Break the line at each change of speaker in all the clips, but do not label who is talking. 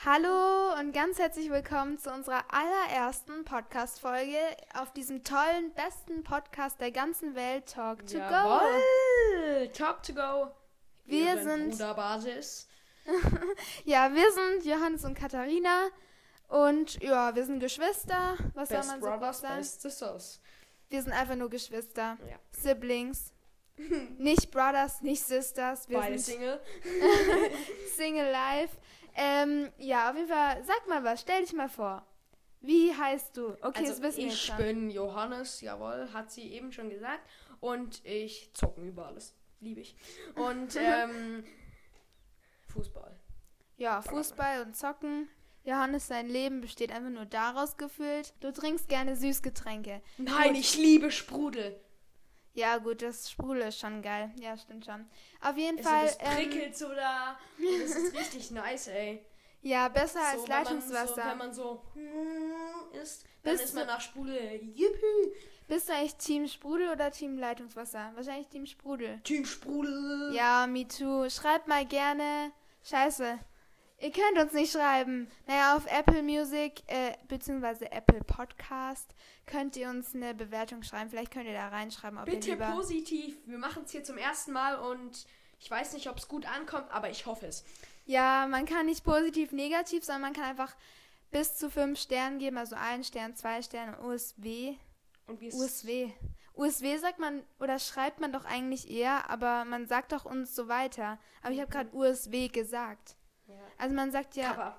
Hallo und ganz herzlich willkommen zu unserer allerersten Podcast-Folge auf diesem tollen, besten Podcast der ganzen Welt, Talk to Go.
Jawohl, Talk to Go.
Wir sind
Bruderbasis.
wir sind Johannes und Katharina und ja, wir sind Geschwister. Was
Best
soll man so
Brothers,
sagen?
Best Sisters.
Wir sind einfach nur Geschwister,
Ja.
Siblings, nicht Brothers, nicht Sisters. Wir
Beide
sind
Single.
Single Life. Auf jeden Fall, sag mal was, stell dich mal vor. Wie heißt du? Okay, das wissen wir jetzt
Ich
schon.
bin Johannes, jawohl, hat sie eben schon gesagt. Und ich zocken über alles. Liebe ich. Und Fußball.
Ja, Fußball und Zocken. Johannes, sein Leben besteht einfach nur daraus gefühlt. Du trinkst gerne Süßgetränke.
Nein, ich liebe Sprudel.
Ja, gut, das Sprudel ist schon geil. Ja, stimmt schon. Auf jeden
Also
Fall.
das prickelt so da. Und das ist richtig nice, ey.
Ja, besser als
So,
Leitungswasser.
wenn man so ist, dann
Bist
ist man
du-
nach Sprudel. Yippie.
Bist du eigentlich Team Sprudel oder Team Leitungswasser? Wahrscheinlich Team Sprudel.
Team Sprudel.
Ja, me too. Schreibt mal gerne. Scheiße. Ihr könnt uns nicht schreiben. Naja, auf Apple Music, beziehungsweise Apple Podcast, könnt ihr uns eine Bewertung schreiben. Vielleicht könnt ihr da reinschreiben, ob ihr
Bitte
lieber...
positiv. Wir machen es hier zum ersten Mal und ich weiß nicht, ob es gut ankommt, aber ich hoffe es.
Ja, man kann nicht positiv, negativ, sondern man kann einfach bis zu 5 Sternen geben. Also 1 Stern, 2 Sterne, USW.
Und wie es
USW. USW sagt man oder schreibt man doch eigentlich eher, aber man sagt doch uns so weiter. Aber ich habe gerade USW gesagt.
Ja.
Also man sagt ja...
Cover.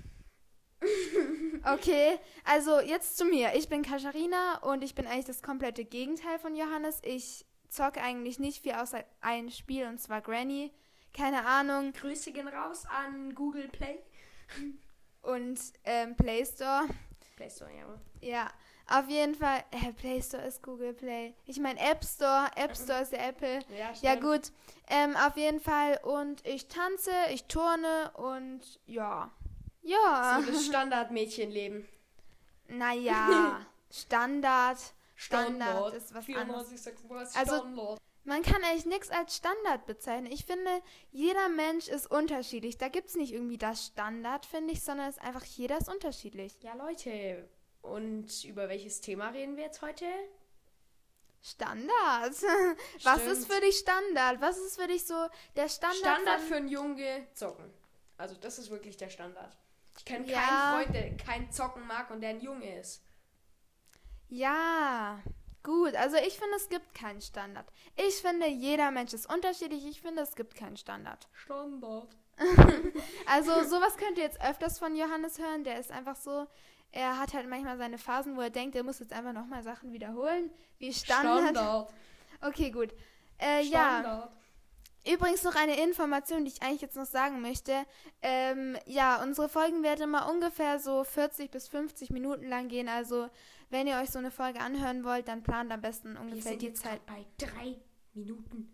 Okay, also jetzt zu mir. Ich bin Katharina und ich bin eigentlich das komplette Gegenteil von Johannes. Ich zocke eigentlich nicht viel außer ein Spiel und zwar Granny. Keine Ahnung.
Grüße gehen raus an Google Play.
Und Play Store.
Play Store, ja.
Ja, auf jeden Fall. Play Store ist Google Play. Ich meine App Store. App Store ist der Apple. Ja gut, auf jeden Fall. Und ich tanze, ich turne und ja. Ja.
So das Standardmädchenleben.
Naja, Standard ist was
94,
anderes.
96,
Also-
Standard.
Man kann eigentlich nichts als Standard bezeichnen. Ich finde, jeder Mensch ist unterschiedlich. Da gibt es nicht irgendwie das Standard, finde ich, sondern es ist einfach, jeder ist unterschiedlich.
Ja, Leute. Und über welches Thema reden wir jetzt heute?
Standard. Was
Stimmt.
ist für dich Standard? Was ist für dich so der Standard?
Standard
von-
für einen Junge zocken. Also das ist wirklich der Standard. Ich kenne
Ja.
keinen Freund, der kein Zocken mag und der ein Junge ist.
Ja, gut. Also ich finde, es gibt keinen Standard. Ich finde, jeder Mensch ist unterschiedlich. Ich finde, es gibt keinen Standard.
Standard.
Also sowas könnt ihr jetzt öfters von Johannes hören. Der ist einfach so, er hat halt manchmal seine Phasen, wo er denkt, er muss jetzt einfach nochmal Sachen wiederholen. Wie Standard. Okay, gut. Ja,
Standard.
übrigens noch eine Information, die ich eigentlich jetzt noch sagen möchte. Unsere Folgen werden immer ungefähr so 40 bis 50 Minuten lang gehen. Also wenn ihr euch so eine Folge anhören wollt, dann plant am besten
Wir
ungefähr
sind
die
jetzt
Zeit.
bei 3 Minuten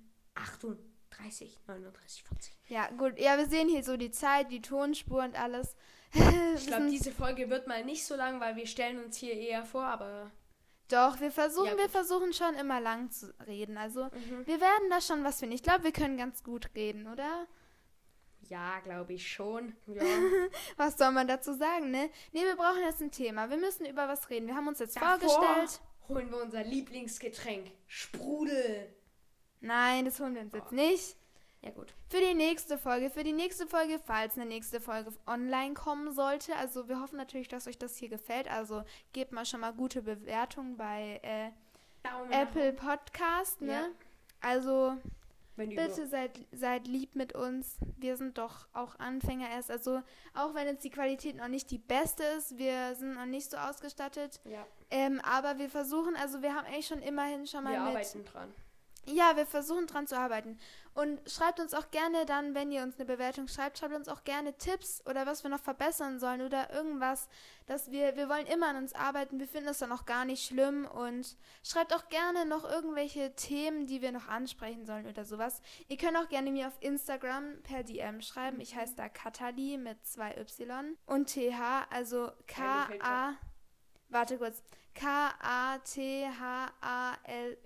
38, 39, 40.
Ja, gut. Ja, wir sehen hier so die Zeit, die Tonspur und alles.
Ich glaube, diese Folge wird mal nicht so lang, weil wir stellen uns hier eher vor, aber...
Doch, wir
Ja,
versuchen
gut.
schon immer lang zu reden. Also wir werden da schon was finden. Ich glaube, wir können ganz gut reden, oder?
Ja, glaube ich schon. Ja.
Was soll man dazu sagen, ne? Nee, wir brauchen jetzt ein Thema. Wir müssen über was reden. Wir haben uns jetzt
Davor
vorgestellt.
holen wir unser Lieblingsgetränk. Sprudel.
Nein, das holen wir uns jetzt nicht.
Ja, gut.
Für die nächste Folge, falls eine nächste Folge online kommen sollte. Also wir hoffen natürlich, dass euch das hier gefällt. Also gebt mal schon mal gute Bewertungen bei
Daumen
Apple Podcast, ne?
Ja.
Also
Wenn
bitte seid lieb mit uns. Wir sind doch auch Anfänger erst. Also auch wenn jetzt die Qualität noch nicht die beste ist, wir sind noch nicht so ausgestattet.
Ja,
Aber wir versuchen, also wir haben eigentlich schon immerhin schon mal
wir
mit...
arbeiten dran.
Ja, wir versuchen dran zu arbeiten. Und schreibt uns auch gerne dann, wenn ihr uns eine Bewertung schreibt, schreibt uns auch gerne Tipps oder was wir noch verbessern sollen oder irgendwas, dass wir wollen immer an uns arbeiten. Wir finden das dann auch gar nicht schlimm und schreibt auch gerne noch irgendwelche Themen, die wir noch ansprechen sollen oder sowas. Ihr könnt auch gerne mir auf Instagram per DM schreiben. Ich heiße da Katali mit 2 Y und TH, also K-A... Warte kurz.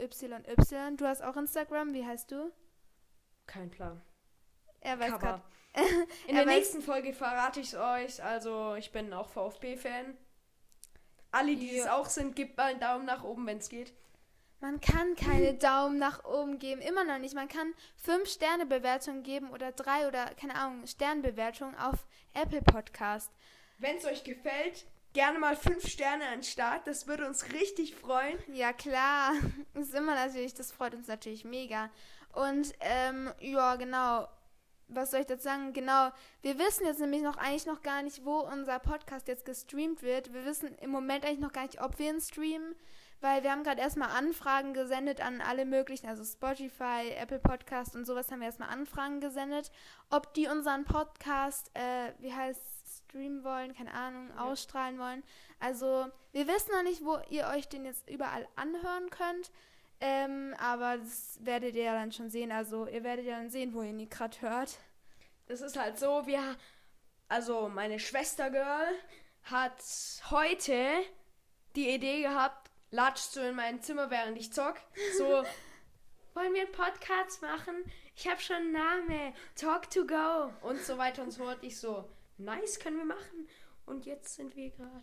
K-A-T-H-A-L-Y-Y. Du hast auch Instagram. Wie heißt du?
Kein Plan.
Er weiß
Cover.
gerade.
In der nächsten Folge verrate ich es euch. Also, ich bin auch VfB-Fan. Alle, die es auch sind, gebt mal einen Daumen nach oben, wenn es geht.
Man kann keine Daumen nach oben geben, immer noch nicht. Man kann 5-Sterne-Bewertungen geben oder 3 oder, keine Ahnung, Sternbewertungen auf Apple Podcast.
Wenn es euch gefällt, gerne mal 5 Sterne an den Start. Das würde uns richtig freuen.
Ja, klar. Das freut uns natürlich mega. Und, ja, genau. Was soll ich dazu sagen? Genau, wir wissen jetzt nämlich eigentlich noch gar nicht, wo unser Podcast jetzt gestreamt wird. Wir wissen im Moment eigentlich noch gar nicht, ob wir ihn streamen. Weil wir haben gerade erstmal Anfragen gesendet an alle möglichen, also Spotify, Apple Podcast und sowas haben wir erstmal Anfragen gesendet, ob die unseren Podcast, streamen wollen, keine Ahnung, ausstrahlen wollen. Also wir wissen noch nicht, wo ihr euch den jetzt überall anhören könnt, aber das werdet ihr ja dann schon sehen. Also ihr werdet ja dann sehen, wo ihr ihn gerade hört.
Das ist halt so, also meine Schwester-Girl hat heute die Idee gehabt, latschst du in mein Zimmer, während ich zock. So, wollen wir einen Podcast machen? Ich habe schon einen Namen. Talk to go. Und so weiter und so fort. Ich so, nice, können wir machen. Und jetzt sind wir gerade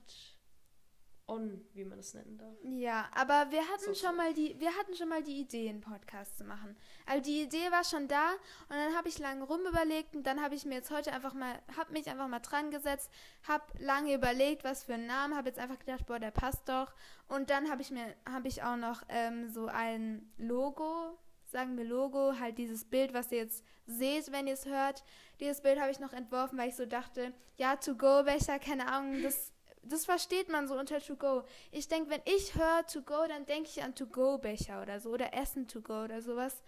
on, wie man das nennen darf.
Ja, aber wir hatten schon mal die Idee, einen Podcast zu machen. Also die Idee war schon da und dann habe ich lange rumüberlegt und dann habe ich mir jetzt heute mich einfach mal dran gesetzt, habe lange überlegt, was für einen Namen, habe jetzt einfach gedacht, boah, der passt doch. Und dann habe ich auch noch so ein Logo, sagen wir Logo, halt dieses Bild, was ihr jetzt seht, wenn ihr es hört. Dieses Bild habe ich noch entworfen, weil ich so dachte, ja, To-Go-Becher, keine Ahnung, das versteht man so unter To-Go. Ich denke, wenn ich höre To-Go, dann denke ich an To-Go-Becher oder so oder Essen To-Go oder sowas.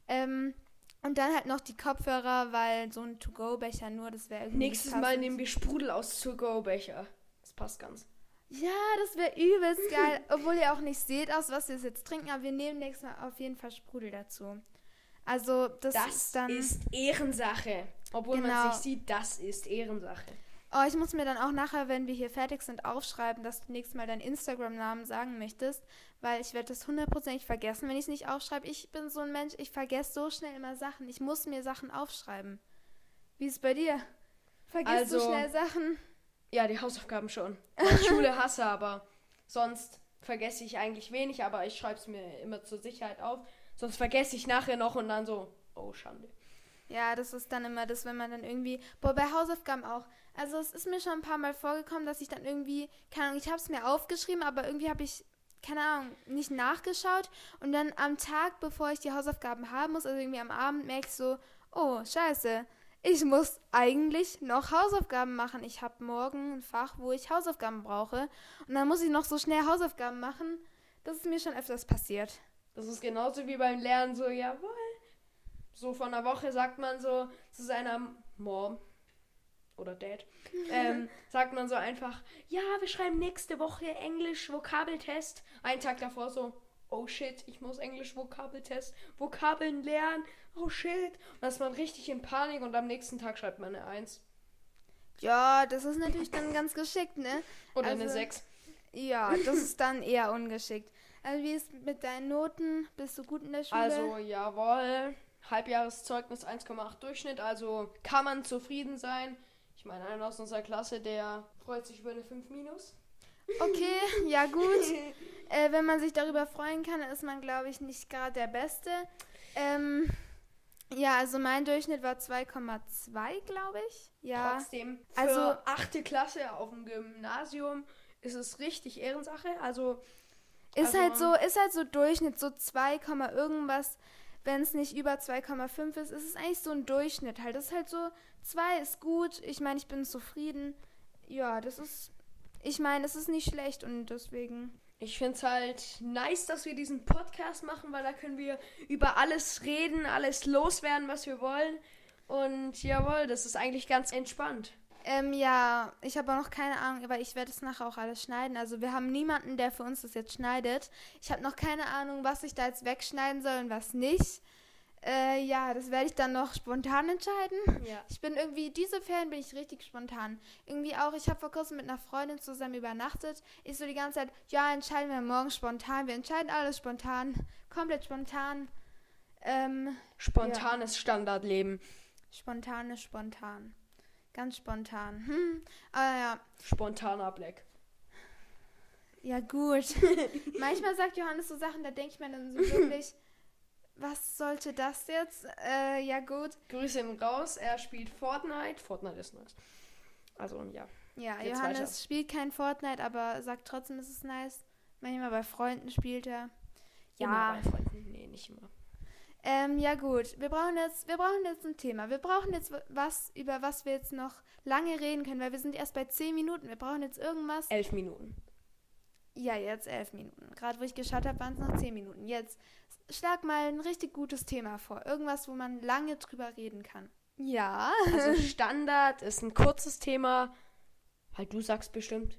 Und dann halt noch die Kopfhörer, weil so ein To-Go-Becher nur, das wäre irgendwie
Nächstes Mal nehmen wir Sprudel aus To-Go-Becher. Das passt ganz.
Ja, das wäre übelst geil. Obwohl ihr auch nicht seht, aus was wir jetzt trinken, aber wir nehmen nächstes Mal auf jeden Fall Sprudel dazu. Also das ist dann...
ist Ehrensache. Obwohl man es nicht sieht, das ist Ehrensache.
Oh, ich muss mir dann auch nachher, wenn wir hier fertig sind, aufschreiben, dass du nächstes Mal deinen Instagram-Namen sagen möchtest, weil ich werde das 100% vergessen, wenn ich es nicht aufschreibe. Ich bin so ein Mensch, ich vergesse so schnell immer Sachen. Ich muss mir Sachen aufschreiben. Wie ist es bei dir? Vergisst du schnell Sachen?
Ja, die Hausaufgaben schon. Weil ich Schule hasse, aber sonst vergesse ich eigentlich wenig, aber ich schreibe es mir immer zur Sicherheit auf. Sonst vergesse ich nachher noch und dann so, oh Schande.
Ja, das ist dann immer das, wenn man dann irgendwie... Boah, bei Hausaufgaben auch. Also es ist mir schon ein paar Mal vorgekommen, dass ich dann irgendwie... Keine Ahnung, ich habe es mir aufgeschrieben, aber irgendwie habe ich, keine Ahnung, nicht nachgeschaut. Und dann am Tag, bevor ich die Hausaufgaben haben muss, also irgendwie am Abend, merke ich so, oh, scheiße, ich muss eigentlich noch Hausaufgaben machen. Ich habe morgen ein Fach, wo ich Hausaufgaben brauche. Und dann muss ich noch so schnell Hausaufgaben machen. Das ist mir schon öfters passiert.
Das ist genauso wie beim Lernen so, jawohl. So von einer Woche sagt man so zu seiner Mom oder Dad, sagt man so einfach, ja, wir schreiben nächste Woche Englisch-Vokabeltest. Einen Tag davor so, oh shit, ich muss Englisch-Vokabeltest, Vokabeln lernen, oh shit. Und dann ist man richtig in Panik und am nächsten Tag schreibt man eine 1.
Ja, das ist natürlich dann ganz geschickt, ne?
Oder eine 6.
Ja, das ist dann eher ungeschickt. Also wie ist mit deinen Noten? Bist du gut in der Schule?
Also, jawohl. Halbjahreszeugnis 1,8 Durchschnitt, also kann man zufrieden sein. Ich meine, einer aus unserer Klasse, der freut sich über eine 5 minus.
Okay, ja gut. Wenn man sich darüber freuen kann, dann ist man, glaube ich, nicht gerade der Beste. Ja, also mein Durchschnitt war 2,2, glaube ich. Ja.
Trotzdem, für 8. Klasse auf dem Gymnasium ist es richtig Ehrensache.
Ist halt so Durchschnitt, so 2, irgendwas. Wenn es nicht über 2,5 ist es eigentlich so ein Durchschnitt halt. Das ist halt so, 2 ist gut. Ich meine, ich bin zufrieden. Ja, es ist nicht schlecht und deswegen...
Ich finde es halt nice, dass wir diesen Podcast machen, weil da können wir über alles reden, alles loswerden, was wir wollen. Und jawohl, das ist eigentlich ganz entspannt.
Ja, ich habe auch noch keine Ahnung, aber ich werde es nachher auch alles schneiden. Also wir haben niemanden, der für uns das jetzt schneidet. Ich habe noch keine Ahnung, was ich da jetzt wegschneiden soll und was nicht. Ja, das werde ich dann noch spontan entscheiden.
Ja.
Ich bin irgendwie, diese Ferien bin ich richtig spontan. Irgendwie auch, ich habe vor kurzem mit einer Freundin zusammen übernachtet. Ich so die ganze Zeit, ja, entscheiden wir morgen spontan. Wir entscheiden alles spontan, komplett spontan.
Spontanes Standardleben.
Spontan ist spontan. Ganz spontan. Aber ja.
Spontaner Black.
Ja, gut. Manchmal sagt Johannes so Sachen, da denke ich mir dann so wirklich, was sollte das jetzt? Ja, gut.
Grüße ihm raus. Er spielt Fortnite. Fortnite ist nice. Also, ja.
Ja,
Jetzt
Johannes
weiter.
spielt kein Fortnite, aber sagt trotzdem, es ist nice. Manchmal bei Freunden spielt er. Ja.
Immer bei Freunden. Nee, nicht immer.
Ja gut, wir brauchen jetzt ein Thema. Wir brauchen jetzt was, über was wir jetzt noch lange reden können, weil wir sind erst bei 10 Minuten. Wir brauchen jetzt irgendwas.
11 Minuten.
Ja, jetzt 11 Minuten. Gerade wo ich geschaut habe, waren es noch 10 Minuten. Jetzt schlag mal ein richtig gutes Thema vor. Irgendwas, wo man lange drüber reden kann. Ja.
Also Standard ist ein kurzes Thema. Halt, du sagst bestimmt.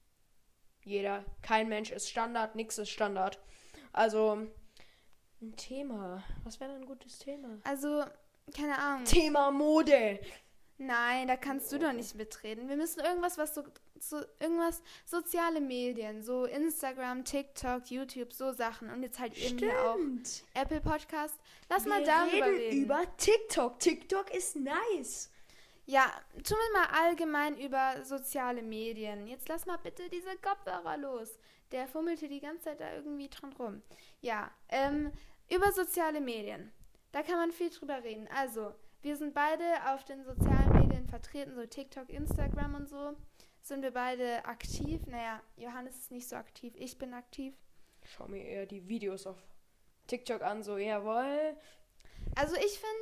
Kein Mensch ist Standard, nix ist Standard. Also, ein Thema. Was wäre denn ein gutes Thema?
Also, keine Ahnung.
Thema Mode.
Nein, da kannst du doch nicht mitreden. Wir müssen irgendwas, irgendwas soziale Medien, so Instagram, TikTok, YouTube, so Sachen. Und jetzt halt eben hier auch Apple Podcast. Lass mal darüber reden.
Über TikTok. TikTok ist nice.
Ja, tun wir mal allgemein über soziale Medien. Jetzt lass mal bitte diese Kopfhörer los. Der fummelte die ganze Zeit da irgendwie dran rum. Ja, über soziale Medien. Da kann man viel drüber reden. Also, wir sind beide auf den sozialen Medien vertreten, so TikTok, Instagram und so. Sind wir beide aktiv? Naja, Johannes ist nicht so aktiv, ich bin aktiv.
Ich schau mir eher die Videos auf TikTok an, so jawohl.
Also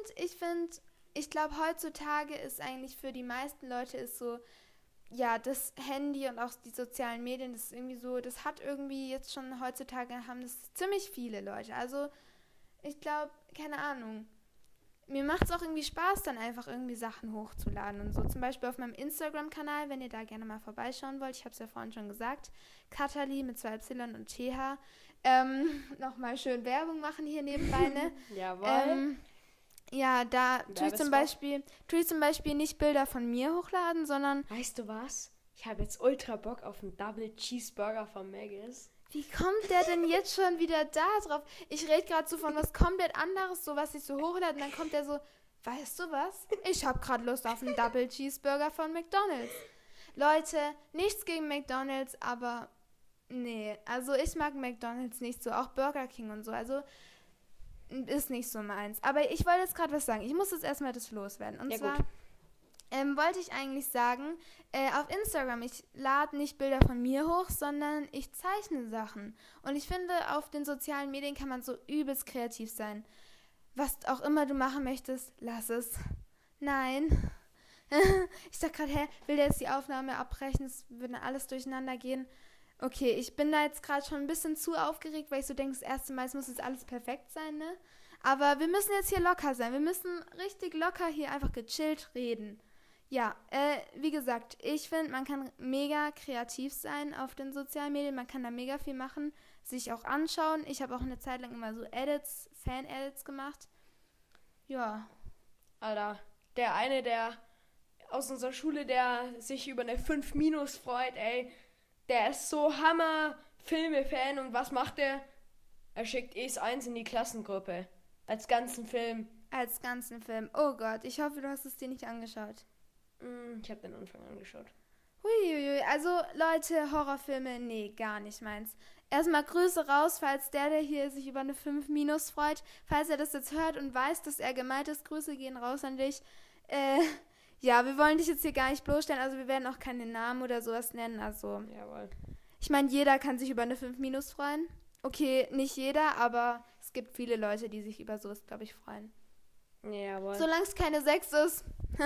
ich glaube heutzutage ist eigentlich für die meisten Leute ist so, ja, das Handy und auch die sozialen Medien, das ist irgendwie so, das hat irgendwie jetzt schon heutzutage haben das ziemlich viele Leute. Also ich glaube, keine Ahnung. Mir macht es auch irgendwie Spaß, dann einfach irgendwie Sachen hochzuladen und so. Zum Beispiel auf meinem Instagram-Kanal, wenn ihr da gerne mal vorbeischauen wollt. Ich habe es ja vorhin schon gesagt. Katali mit 2 Y und TH. Nochmal schön Werbung machen hier nebenbei, ne?
Jawohl.
Ja, da tue ich zum Beispiel nicht Bilder von mir hochladen, sondern...
Weißt du was? Ich habe jetzt ultra Bock auf einen Double Cheeseburger von Maggis.
Wie kommt der denn jetzt schon wieder da drauf? Ich rede gerade so von was komplett anderes, so was ich so hochlade und dann kommt der so, weißt du was? Ich habe gerade Lust auf einen Double Cheeseburger von McDonald's. Leute, nichts gegen McDonald's, aber nee, also ich mag McDonald's nicht so, auch Burger King und so, also ist nicht so meins. Aber ich wollte jetzt gerade was sagen, ich muss jetzt erstmal das loswerden und
ja,
zwar...
gut.
wollte ich eigentlich sagen, auf Instagram, ich lade nicht Bilder von mir hoch, sondern ich zeichne Sachen. Und ich finde, auf den sozialen Medien kann man so übelst kreativ sein. Was auch immer du machen möchtest, lass es. Nein. Ich dachte gerade, will der jetzt die Aufnahme abbrechen? Es würde alles durcheinander gehen. Okay, ich bin da jetzt gerade schon ein bisschen zu aufgeregt, weil ich so denke, das erste Mal, es muss jetzt alles perfekt sein, ne? Aber wir müssen jetzt hier locker sein. Wir müssen richtig locker hier einfach gechillt reden. Ja, wie gesagt, ich finde, man kann mega kreativ sein auf den sozialen Medien. Man kann da mega viel machen, sich auch anschauen. Ich habe auch eine Zeit lang immer so Fan-Edits gemacht. Ja.
Alter, der eine, der aus unserer Schule, der sich über eine 5- freut, ey, der ist so Hammer-Filme-Fan und was macht der? Er schickt ES1 in die Klassengruppe. Als ganzen Film.
Oh Gott, ich hoffe, du hast es dir nicht angeschaut.
Ich habe den Anfang angeschaut.
Huiuiui, also Leute, Horrorfilme, nee, gar nicht meins. Erstmal Grüße raus, falls der hier sich über eine 5- freut. Falls er das jetzt hört und weiß, dass er gemeint ist, Grüße gehen raus an dich. Ja, wir wollen dich jetzt hier gar nicht bloßstellen, also wir werden auch keine Namen oder sowas nennen, also...
Jawohl.
Ich meine, jeder kann sich über eine 5- freuen. Okay, nicht jeder, aber es gibt viele Leute, die sich über sowas, glaube ich, freuen.
Jawohl.
Solange es keine 6 ist...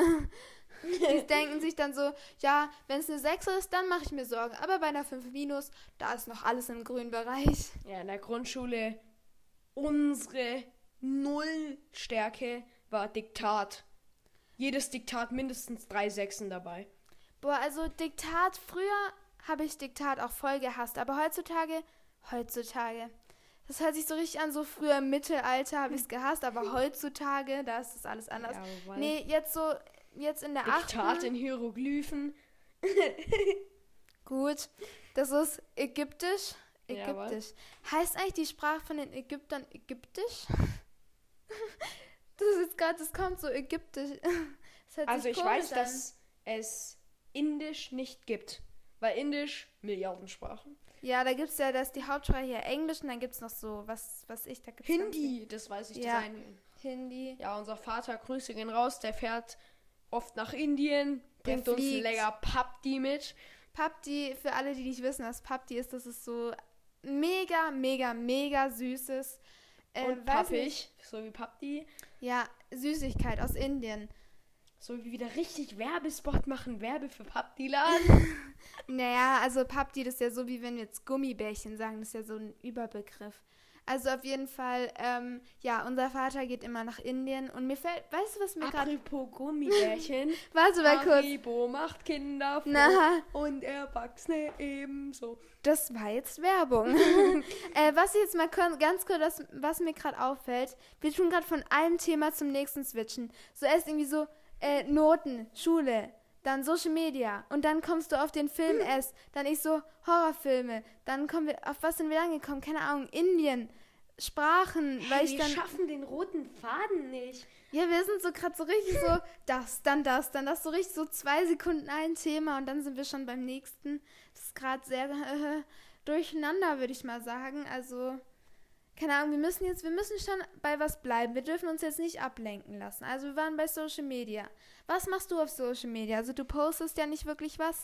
Die denken sich dann so, ja, wenn es eine 6 ist, dann mache ich mir Sorgen. Aber bei einer 5-, da ist noch alles im grünen Bereich.
Ja, in der Grundschule, unsere Nullstärke war Diktat. Jedes Diktat mindestens 3 Sechsen dabei.
Boah, also Diktat, früher habe ich Diktat auch voll gehasst. Aber heutzutage, das hört sich so richtig an, so früher im Mittelalter habe ich es gehasst. Aber heutzutage, da ist das alles anders.
Ja,
nee, jetzt in der 8.
Diktat in Hieroglyphen.
Gut, das ist Ägyptisch.
Jawohl.
Heißt eigentlich die Sprache von den Ägyptern Ägyptisch? Das ist gerade, das kommt so ägyptisch. Das hört
Also
sich
ich
komisch
weiß,
an.
dass es Indisch nicht gibt. Weil Indisch Milliardensprachen.
Ja, da gibt's ja, das die Hauptsprache hier Englisch und dann gibt's noch so, da gibt's ganz
Hindi, das weiß ich,
Ja.
das eine.
viel. Hindi.
Ja, unser Vater, Grüße gehen raus, der fährt oft nach Indien, bringt uns
fliegt.
lecker Papdi mit.
Papdi, für alle, die nicht wissen, was Papdi ist, das ist so mega, mega, mega süßes.
Und
weiß
pappig,
nicht.
so wie Papdi.
Ja, Süßigkeit aus Indien.
So wie wieder richtig Werbespot machen, Werbe für Papdi-Laden.
Naja, also Papdi, das ist ja so, wie wenn wir jetzt Gummibärchen sagen, das ist ja so ein Überbegriff. Also auf jeden Fall, ja, unser Vater geht immer nach Indien und mir fällt, weißt du, was mir gerade...
Apropos Gummibärchen.
Warte mal kurz.
Haribo macht Kinder froh
Na.
und Erwachsene ebenso.
Das war jetzt Werbung. Was ich jetzt mal ganz kurz, was mir gerade auffällt, wir tun gerade von einem Thema zum nächsten switchen. So erst irgendwie so Noten, Schule, dann Social Media und dann kommst du auf den Film S, dann ich so Horrorfilme, dann kommen wir, auf was sind wir angekommen? Keine Ahnung, Indien, Sprachen, weil ich
wir
dann...
schaffen den roten Faden nicht.
Ja, wir sind so gerade so richtig so, dann das, so richtig so 2 Sekunden ein Thema und dann sind wir schon beim nächsten. Das ist gerade sehr durcheinander, würde ich mal sagen. Also, keine Ahnung, wir müssen schon bei was bleiben. Wir dürfen uns jetzt nicht ablenken lassen. Also, wir waren bei Social Media. Was machst du auf Social Media? Also, du postest ja nicht wirklich was.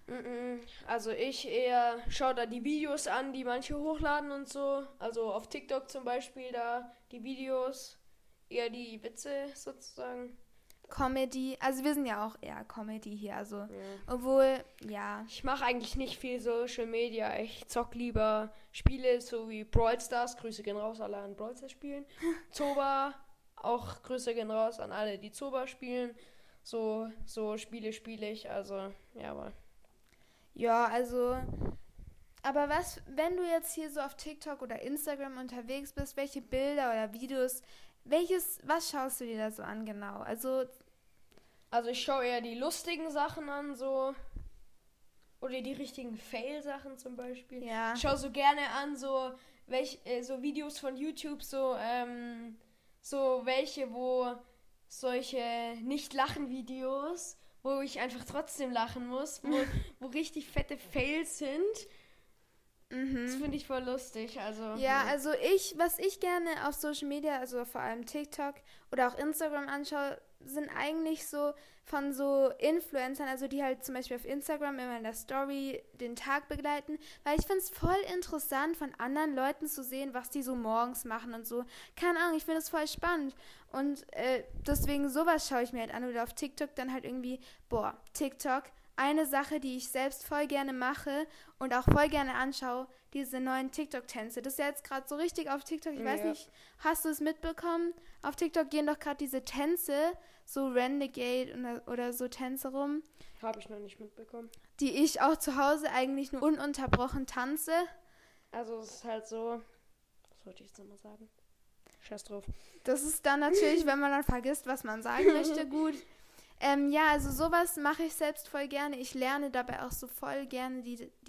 Also ich eher schaue da die Videos an, die manche hochladen und so. Also auf TikTok zum Beispiel da die Videos, eher die Witze sozusagen.
Comedy, also wir sind ja auch eher Comedy hier, also obwohl, ja.
Ich mache eigentlich nicht viel Social Media. Ich zock lieber Spiele so wie Brawl Stars. Grüße gehen raus, alle an Brawl Stars spielen. Zoba, auch Grüße gehen raus an alle, die Zoba spielen. So Spiele spiele ich, also ja, aber.
Ja, also, aber was, wenn du jetzt hier so auf TikTok oder Instagram unterwegs bist, welche Bilder oder Videos, was schaust du dir da so an genau? Also
ich schaue eher die lustigen Sachen an, so. Oder die richtigen Fail-Sachen zum Beispiel.
ja,
Ich schaue so gerne an, so Videos von YouTube, so welche, wo solche Nicht-Lachen-Videos, wo ich einfach trotzdem lachen muss, wo richtig fette Fails sind. Das finde ich voll lustig, also.
ja, also was ich gerne auf Social Media, also vor allem TikTok oder auch Instagram anschaue, sind eigentlich so von so Influencern, also die halt zum Beispiel auf Instagram immer in der Story den Tag begleiten, weil ich finde es voll interessant, von anderen Leuten zu sehen, was die so morgens machen und so. Keine Ahnung, ich finde es voll spannend und deswegen sowas schaue ich mir halt an oder auf TikTok dann halt irgendwie, TikTok, eine Sache, die ich selbst voll gerne mache und auch voll gerne anschaue, diese neuen TikTok-Tänze. Das ist ja jetzt gerade so richtig auf TikTok, ich weiß nicht, hast du es mitbekommen? Auf TikTok gehen doch gerade diese Tänze, so Renegade oder so Tänze rum.
Habe ich noch nicht mitbekommen.
Die ich auch zu Hause eigentlich nur ununterbrochen tanze.
Also es ist halt so, was wollte ich jetzt nochmal sagen? Scheiß drauf.
Das ist dann natürlich, wenn man dann vergisst, was man sagen möchte, gut. Ja, also sowas mache ich selbst voll gerne. Ich lerne dabei auch so voll gerne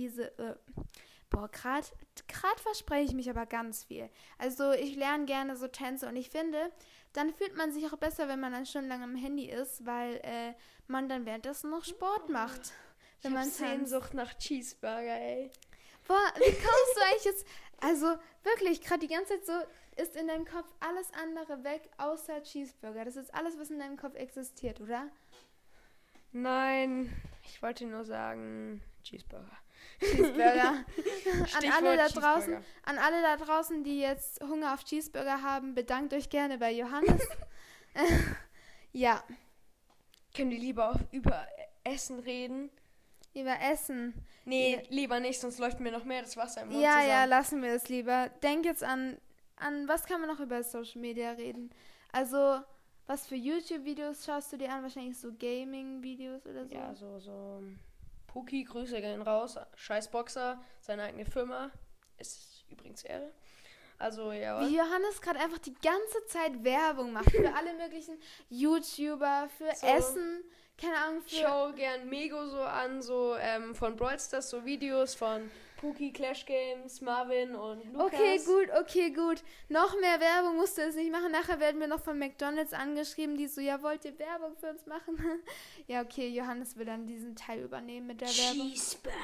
gerade verspreche ich mich aber ganz viel. Also ich lerne gerne so Tänze und ich finde, dann fühlt man sich auch besser, wenn man dann schon lange am Handy ist, weil man dann währenddessen noch Sport macht. Wenn man
Sehnsucht nach Cheeseburger, ey.
Boah, wie kommst du eigentlich jetzt? Also wirklich, gerade die ganze Zeit so ist in deinem Kopf alles andere weg, außer Cheeseburger. Das ist alles, was in deinem Kopf existiert, oder?
Nein, ich wollte nur sagen Cheeseburger.
Cheeseburger.
Cheeseburger.
An alle da draußen, die jetzt Hunger auf Cheeseburger haben, bedankt euch gerne bei Johannes. Ja.
Können wir lieber über Essen reden?
Über Essen.
Nee, lieber nicht, sonst läuft mir noch mehr das Wasser im Mund
Ja,
zusammen.
ja, lassen wir es lieber. Denk jetzt an was kann man noch über Social Media reden? Also, was für YouTube-Videos schaust du dir an? Wahrscheinlich so Gaming-Videos oder so?
Ja, so Puki, Grüße gehen raus. Scheißboxer, seine eigene Firma. Ist übrigens Ehre. Also, ja.
Wie Johannes gerade einfach die ganze Zeit Werbung macht für alle möglichen YouTuber, für
So.
Essen. keine Ahnung,
Ich schaue gern Mego so an, so von Brawl Stars, so Videos von Pookie, Clash Games, Marvin und Lukas.
Okay, gut. Noch mehr Werbung musst du jetzt nicht machen. Nachher werden wir noch von McDonald's angeschrieben, die so, ja, wollt ihr Werbung für uns machen? Ja, okay, Johannes will dann diesen Teil übernehmen mit der Werbung.
Cheeseburger.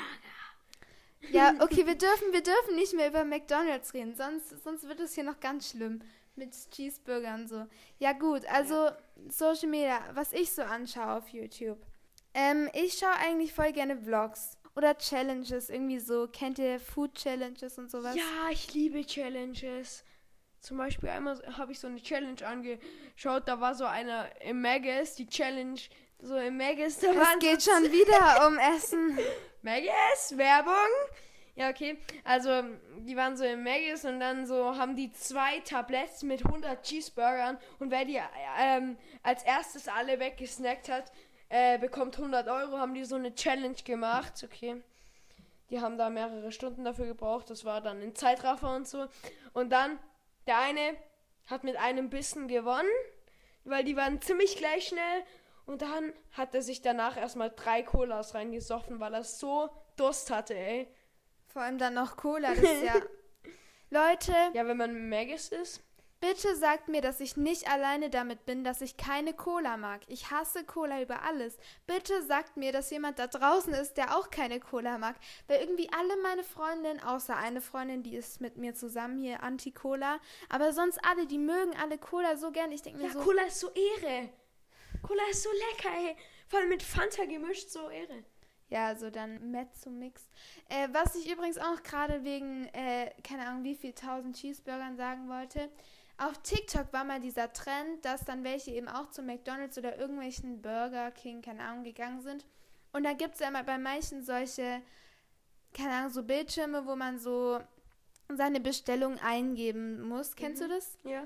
Ja, okay, wir dürfen nicht mehr über McDonald's reden, sonst wird es hier noch ganz schlimm mit Cheeseburgern so. Ja gut, also Social Media, was ich so anschaue auf YouTube. Ich schaue eigentlich voll gerne Vlogs oder Challenges, irgendwie so. Kennt ihr Food Challenges und sowas?
Ja, ich liebe Challenges. Zum Beispiel einmal habe ich so eine Challenge angeschaut, da war so einer im Magus, die Challenge so im Magus.
Es geht schon wieder um Essen.
Magus, Werbung. Ja, okay. Also, die waren so im Magus und dann so haben die 2 Tabletts mit 100 Cheeseburgern und wer die als erstes alle weggesnackt hat, bekommt 100 Euro. Haben die so eine Challenge gemacht. Okay. Die haben da mehrere Stunden dafür gebraucht. Das war dann ein Zeitraffer und so. Und dann, der eine hat mit einem Bissen gewonnen, weil die waren ziemlich gleich schnell. Und dann hat er sich danach erstmal 3 Colas reingesoffen, weil er so Durst hatte, ey.
Vor allem dann noch Cola, das ist ja... Leute,
Ja, wenn man im Magus ist.
bitte sagt mir, dass ich nicht alleine damit bin, dass ich keine Cola mag. Ich hasse Cola über alles. Bitte sagt mir, dass jemand da draußen ist, der auch keine Cola mag. Weil irgendwie alle meine Freundinnen, außer eine Freundin, die ist mit mir zusammen hier, Anti-Cola. Aber sonst alle, die mögen alle Cola so gern. Ich denke mir
Ja,
so...
Cola ist so Ehre. Cola ist so lecker, ey. Vor allem mit Fanta gemischt, so Ehre.
Ja, so dann Mezzo-Mix. Was ich übrigens auch gerade wegen, keine Ahnung, wie viel 1000 Cheeseburgern sagen wollte. Auf TikTok war mal dieser Trend, dass dann welche eben auch zu McDonald's oder irgendwelchen Burger King, keine Ahnung, gegangen sind. Und da gibt es ja immer bei manchen solche, keine Ahnung, so Bildschirme, wo man so seine Bestellung eingeben muss. Kennst du das?
Ja.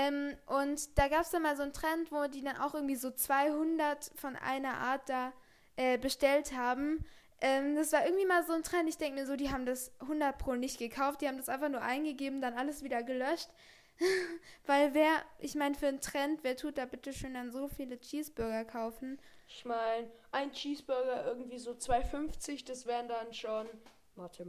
Und da gab es dann mal so einen Trend, wo die dann auch irgendwie so 200 von einer Art da bestellt haben. Das war irgendwie mal so ein Trend. Ich denke mir so, die haben das 100 Pro nicht gekauft. Die haben das einfach nur eingegeben, dann alles wieder gelöscht. Weil ich meine, für einen Trend, wer tut da bitte schön dann so viele Cheeseburger kaufen?
Ich meine, ein Cheeseburger irgendwie so 2,50, das wären dann schon... Mathe.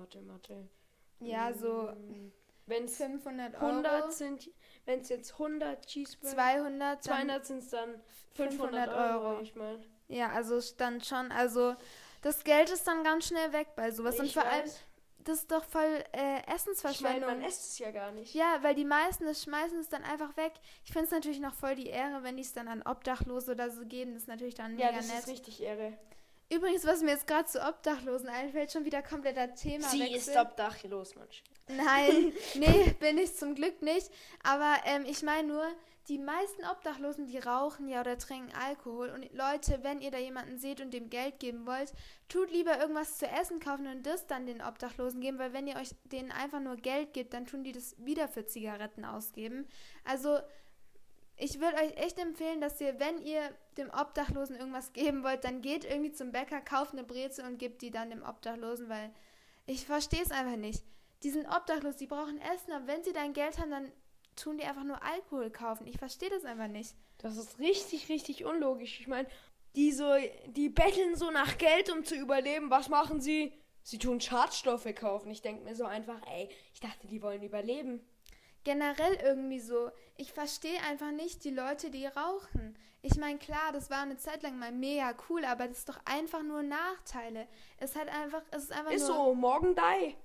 Ja, so
Wenn es
500 Euro.
100 sind, wenn es jetzt 100 Cheeseburger...
200
sind es dann 500 Euro, ich meine.
Ja, also dann schon, also das Geld ist dann ganz schnell weg bei sowas. Und vor allem, das ist doch voll Essensverschwendung.
Ich meine, man isst es ja gar nicht.
Ja, weil die meisten schmeißen es dann einfach weg. Ich finde es natürlich noch voll die Ehre, wenn die es dann an Obdachlose oder so geben. Das ist natürlich dann mega nett.
Ja, das ist richtig Ehre.
Übrigens, was mir jetzt gerade zu Obdachlosen einfällt, schon wieder kompletter Thema.
Sie ist obdachlos, Mensch.
Nein, nee, bin ich zum Glück nicht. Aber ich meine nur, die meisten Obdachlosen, die rauchen ja oder trinken Alkohol. Und Leute, wenn ihr da jemanden seht und dem Geld geben wollt, tut lieber irgendwas zu essen kaufen und das dann den Obdachlosen geben. Weil wenn ihr euch denen einfach nur Geld gebt, dann tun die das wieder für Zigaretten ausgeben. Also ich würde euch echt empfehlen, dass ihr, wenn ihr dem Obdachlosen irgendwas geben wollt, dann geht irgendwie zum Bäcker, kauft eine Brezel und gebt die dann dem Obdachlosen, weil ich verstehe es einfach nicht. Die sind obdachlos, die brauchen Essen, aber wenn sie dann Geld haben, dann tun die einfach nur Alkohol kaufen. Ich verstehe das einfach nicht.
Das ist richtig, richtig unlogisch. Ich meine, die betteln so nach Geld, um zu überleben. Was machen sie? Sie tun Schadstoffe kaufen. Ich denke mir so einfach, ey, ich dachte, die wollen überleben.
Generell irgendwie so, ich verstehe einfach nicht die Leute, die rauchen. Ich meine, klar, das war eine Zeit lang mal mega cool, aber das ist doch einfach nur Nachteile. Es ist einfach
Ist
nur...
so, morgen die.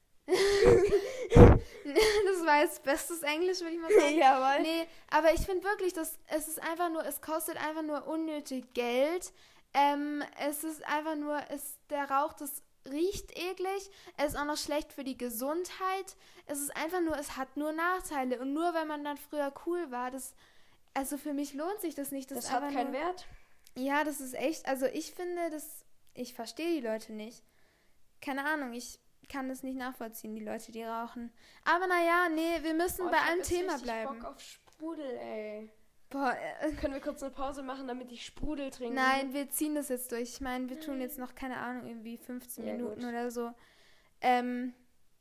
Das war jetzt bestes Englisch, würde ich mal sagen.
Jawohl.
Nee, aber ich finde wirklich, es kostet einfach nur unnötig Geld. Es ist einfach nur, der Rauch, das riecht eklig. Es ist auch noch schlecht für die Gesundheit. Es hat nur Nachteile. Und nur wenn man dann früher cool war, also für mich lohnt sich das nicht.
Das hat keinen Wert.
Ja, das ist echt, also ich finde, ich verstehe die Leute nicht. Keine Ahnung, ich kann das nicht nachvollziehen, die Leute, die rauchen. Aber naja, nee, wir müssen bei einem Thema bleiben.
Ich hab Bock auf Sprudel, ey.
Boah,
Können wir kurz eine Pause machen, damit ich Sprudel trinke?
Nein, wir ziehen das jetzt durch. Ich meine, wir tun jetzt noch, keine Ahnung, irgendwie 15 Minuten
gut.
oder so.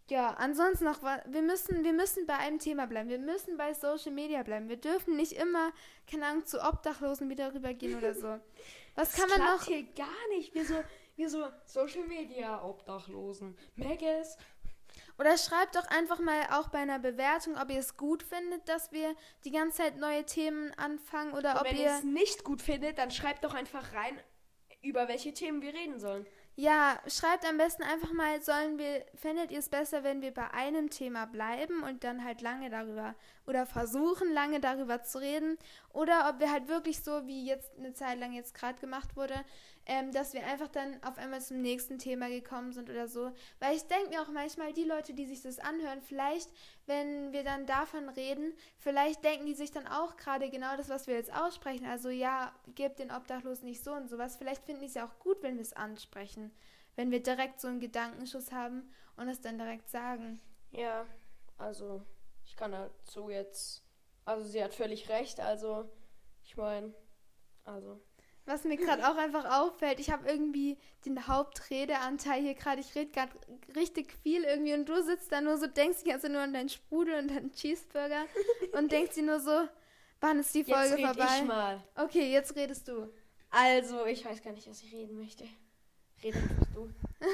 Ja, ansonsten noch, wir müssen bei einem Thema bleiben. Wir müssen bei Social Media bleiben. Wir dürfen nicht immer, keine Ahnung, zu Obdachlosen wieder rübergehen oder so. Was kann man noch?
Hier gar nicht. Wir so Social Media, Obdachlosen, Megas.
Oder schreibt doch einfach mal auch bei einer Bewertung, ob ihr es gut findet, dass wir die ganze Zeit neue Themen anfangen oder
Und
ob
wenn
ihr
ihr es nicht gut findet, dann schreibt doch einfach rein, über welche Themen wir reden sollen.
Ja, schreibt am besten einfach mal, fändet ihr es besser, wenn wir bei einem Thema bleiben und dann halt lange darüber oder versuchen, lange darüber zu reden, oder ob wir halt wirklich so, wie jetzt eine Zeit lang jetzt gerade gemacht wurde, dass wir einfach dann auf einmal zum nächsten Thema gekommen sind oder so. Weil ich denke mir auch manchmal, die Leute, die sich das anhören, vielleicht, wenn wir dann davon reden, vielleicht denken die sich dann auch gerade genau das, was wir jetzt aussprechen. Also ja, gebt den Obdachlosen nicht so und sowas. Vielleicht finden die es ja auch gut, wenn wir es ansprechen. Wenn wir direkt so einen Gedankenschuss haben und es dann direkt sagen.
Ja, also ich kann dazu jetzt, also sie hat völlig recht, also ich meine, also...
Was mir gerade auch einfach auffällt, ich habe irgendwie den Hauptredeanteil hier gerade. Ich rede gerade richtig viel irgendwie und du sitzt da nur so, denkst dich also nur an deinen Sprudel und deinen Cheeseburger und denkst dir nur so, wann ist die Folge
jetzt
vorbei?
Ich mal.
Okay, jetzt redest du.
Also, ich weiß gar nicht, was ich reden möchte. Rede einfach du.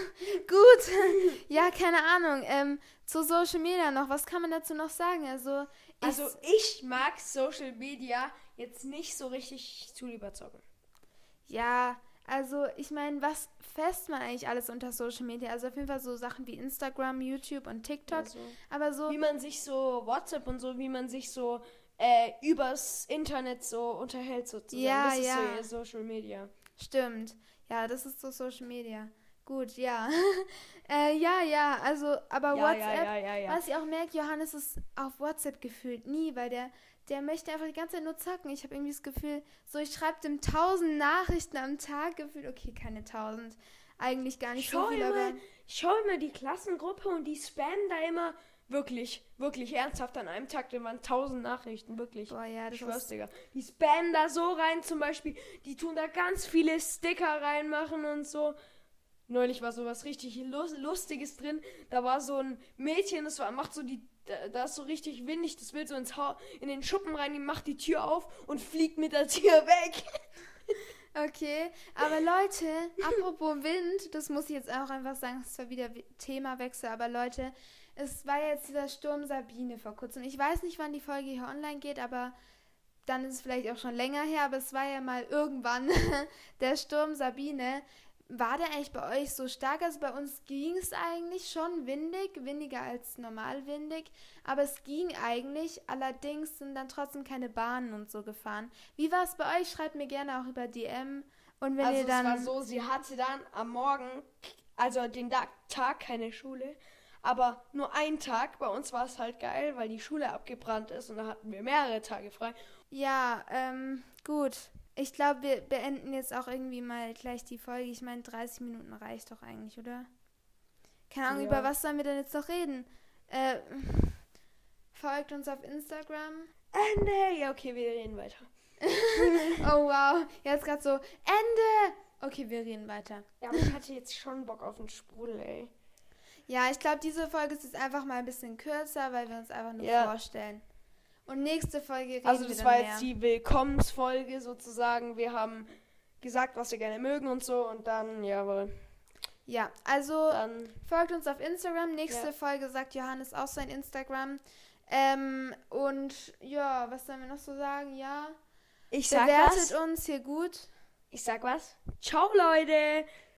Gut. Ja, keine Ahnung. Zu Social Media noch, was kann man dazu noch sagen? Also
ich mag Social Media jetzt nicht so richtig zu überzocken.
Ja, also ich meine, was fasst man eigentlich alles unter Social Media? Also auf jeden Fall so Sachen wie Instagram, YouTube und TikTok.
Ja, so.
Aber so...
Wie man sich so WhatsApp und so, wie man sich so übers Internet so unterhält sozusagen.
Ja,
das ist
ja.
so ihr Social Media.
Stimmt. Ja, das ist so Social Media. Gut, ja. Ja, also, aber
Ja,
WhatsApp,
ja.
was ich auch merke, Johannes ist auf WhatsApp gefühlt nie, weil der möchte einfach die ganze Zeit nur zocken. Ich habe irgendwie das Gefühl, so ich schreibe dem 1000 Nachrichten am Tag gefühlt. Okay, keine 1000. Eigentlich gar nicht so viel, aber...
Schau immer die Klassengruppe und die spammen da immer wirklich, wirklich ernsthaft an einem Tag. Da waren 1000 Nachrichten, wirklich.
Boah, ja,
ich schwör's, Digga. Die spammen da so rein zum Beispiel. Die tun da ganz viele Sticker reinmachen und so. Neulich war sowas richtig Lustiges drin. Da war so ein Mädchen, da ist so richtig windig, das will so in den Schuppen rein, die macht die Tür auf und fliegt mit der Tür weg.
Okay, aber Leute, apropos Wind, das muss ich jetzt auch einfach sagen, es ist zwar wieder Themawechsel, aber Leute, es war jetzt dieser Sturm Sabine vor kurzem. Ich weiß nicht, wann die Folge hier online geht, aber dann ist es vielleicht auch schon länger her, aber es war ja mal irgendwann der Sturm Sabine. War der eigentlich bei euch so stark? Also bei uns ging es eigentlich schon windiger als normal windig, aber es ging eigentlich, allerdings sind dann trotzdem keine Bahnen und so gefahren. Wie war es bei euch? Schreibt mir gerne auch über DM. Und wenn
also
ihr dann...
es war so, sie hatte dann am Morgen, also den Tag keine Schule, aber nur einen Tag. Bei uns war es halt geil, weil die Schule abgebrannt ist und da hatten wir mehrere Tage frei.
Ja, gut. Ich glaube, wir beenden jetzt auch irgendwie mal gleich die Folge. Ich meine, 30 Minuten reicht doch eigentlich, oder? Keine Ahnung, über was sollen wir denn jetzt noch reden? Folgt uns auf Instagram.
Ende! Ja, okay, wir reden weiter.
Oh, wow. Jetzt gerade so, Ende! Okay, wir reden weiter.
Ja, aber ich hatte jetzt schon Bock auf einen Sprudel, ey.
Ja, ich glaube, diese Folge ist jetzt einfach mal ein bisschen kürzer, weil wir uns einfach nur vorstellen. Und nächste Folge reden wir dann mehr. Also das war jetzt
die Willkommensfolge sozusagen. Wir haben gesagt, was wir gerne mögen und so und dann, jawohl.
Ja, also dann folgt uns auf Instagram. Nächste Folge sagt Johannes auch sein Instagram. Und ja, was sollen wir noch so sagen? Ja,
bewertet
uns hier gut.
Ich sag was. Ciao, Leute!